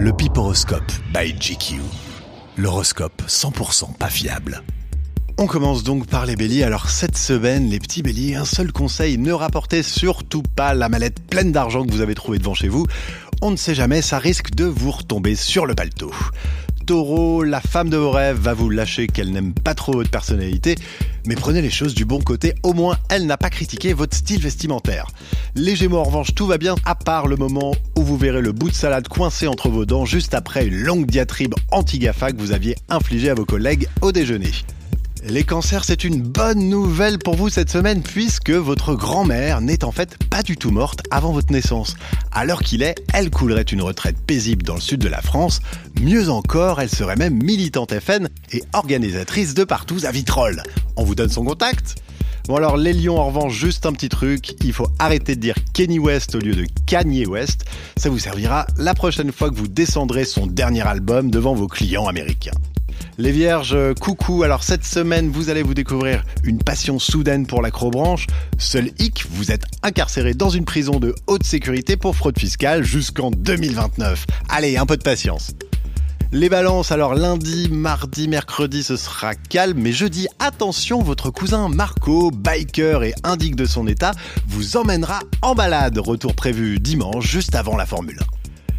Le Piporoscope by GQ. L'horoscope 100% pas fiable. On commence donc par les béliers. Alors cette semaine, les petits béliers, un seul conseil, ne rapportez surtout pas la mallette pleine d'argent que vous avez trouvée devant chez vous. On ne sait jamais, ça risque de vous retomber sur le paletot. Taureau, la femme de vos rêves va vous lâcher qu'elle n'aime pas trop votre personnalité, mais prenez les choses du bon côté, au moins elle n'a pas critiqué votre style vestimentaire. Les Gémeaux, en revanche, tout va bien, à part le moment où vous verrez le bout de salade coincé entre vos dents juste après une longue diatribe anti-GAFA que vous aviez infligée à vos collègues au déjeuner. Les cancers, c'est une bonne nouvelle pour vous cette semaine puisque votre grand-mère n'est en fait pas du tout morte avant votre naissance. À l'heure qu'il est, elle coulerait une retraite paisible dans le sud de la France. Mieux encore, elle serait même militante FN et organisatrice de Partous à Vitrolles. On vous donne son contact ? Bon alors les lions, en revanche, juste un petit truc, il faut arrêter de dire Kanye West au lieu de Kanye West. Ça vous servira la prochaine fois que vous descendrez son dernier album devant vos clients américains. Les vierges, coucou, alors cette semaine vous allez vous découvrir une passion soudaine pour l'acrobranche. Seul hic, vous êtes incarcéré dans une prison de haute sécurité pour fraude fiscale jusqu'en 2029. Allez, un peu de patience. Les balances, alors lundi, mardi, mercredi ce sera calme, mais jeudi, attention, votre cousin Marco, biker et indique de son état, vous emmènera en balade. Retour prévu dimanche, juste avant la Formule 1.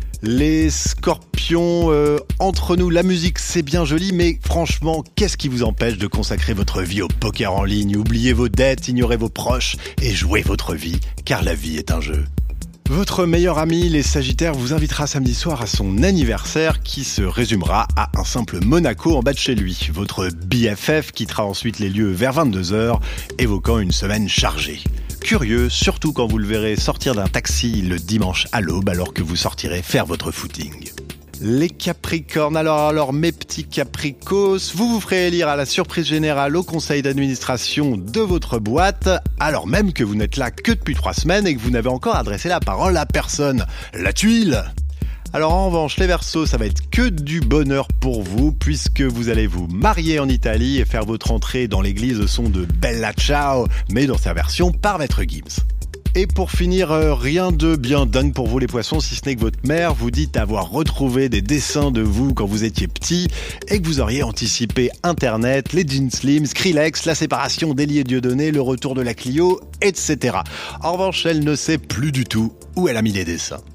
Les scorpions, entre nous, la musique c'est bien joli, mais franchement, qu'est-ce qui vous empêche de consacrer votre vie au poker en ligne ? Oubliez vos dettes, ignorez vos proches et jouez votre vie, car la vie est un jeu. Votre meilleur ami, les Sagittaires, vous invitera samedi soir à son anniversaire qui se résumera à un simple Monaco en bas de chez lui. Votre BFF quittera ensuite les lieux vers 22h, évoquant une semaine chargée. Curieux, surtout quand vous le verrez sortir d'un taxi le dimanche à l'aube alors que vous sortirez faire votre footing. Les Capricornes, alors mes petits Capricos, vous vous ferez élire à la surprise générale au conseil d'administration de votre boîte, alors même que vous n'êtes là que depuis 3 semaines et que vous n'avez encore adressé la parole à personne. La tuile ! Alors en revanche, les Verseaux, ça va être que du bonheur pour vous puisque vous allez vous marier en Italie et faire votre entrée dans l'église au son de Bella Ciao, mais dans sa version par Maître Gims. Et pour finir, rien de bien dingue pour vous les poissons, si ce n'est que votre mère vous dit avoir retrouvé des dessins de vous quand vous étiez petit et que vous auriez anticipé Internet, les jeans slim, Skrillex, la séparation d'Elie et Dieudonné, le retour de la Clio, etc. En revanche, elle ne sait plus du tout où elle a mis les dessins.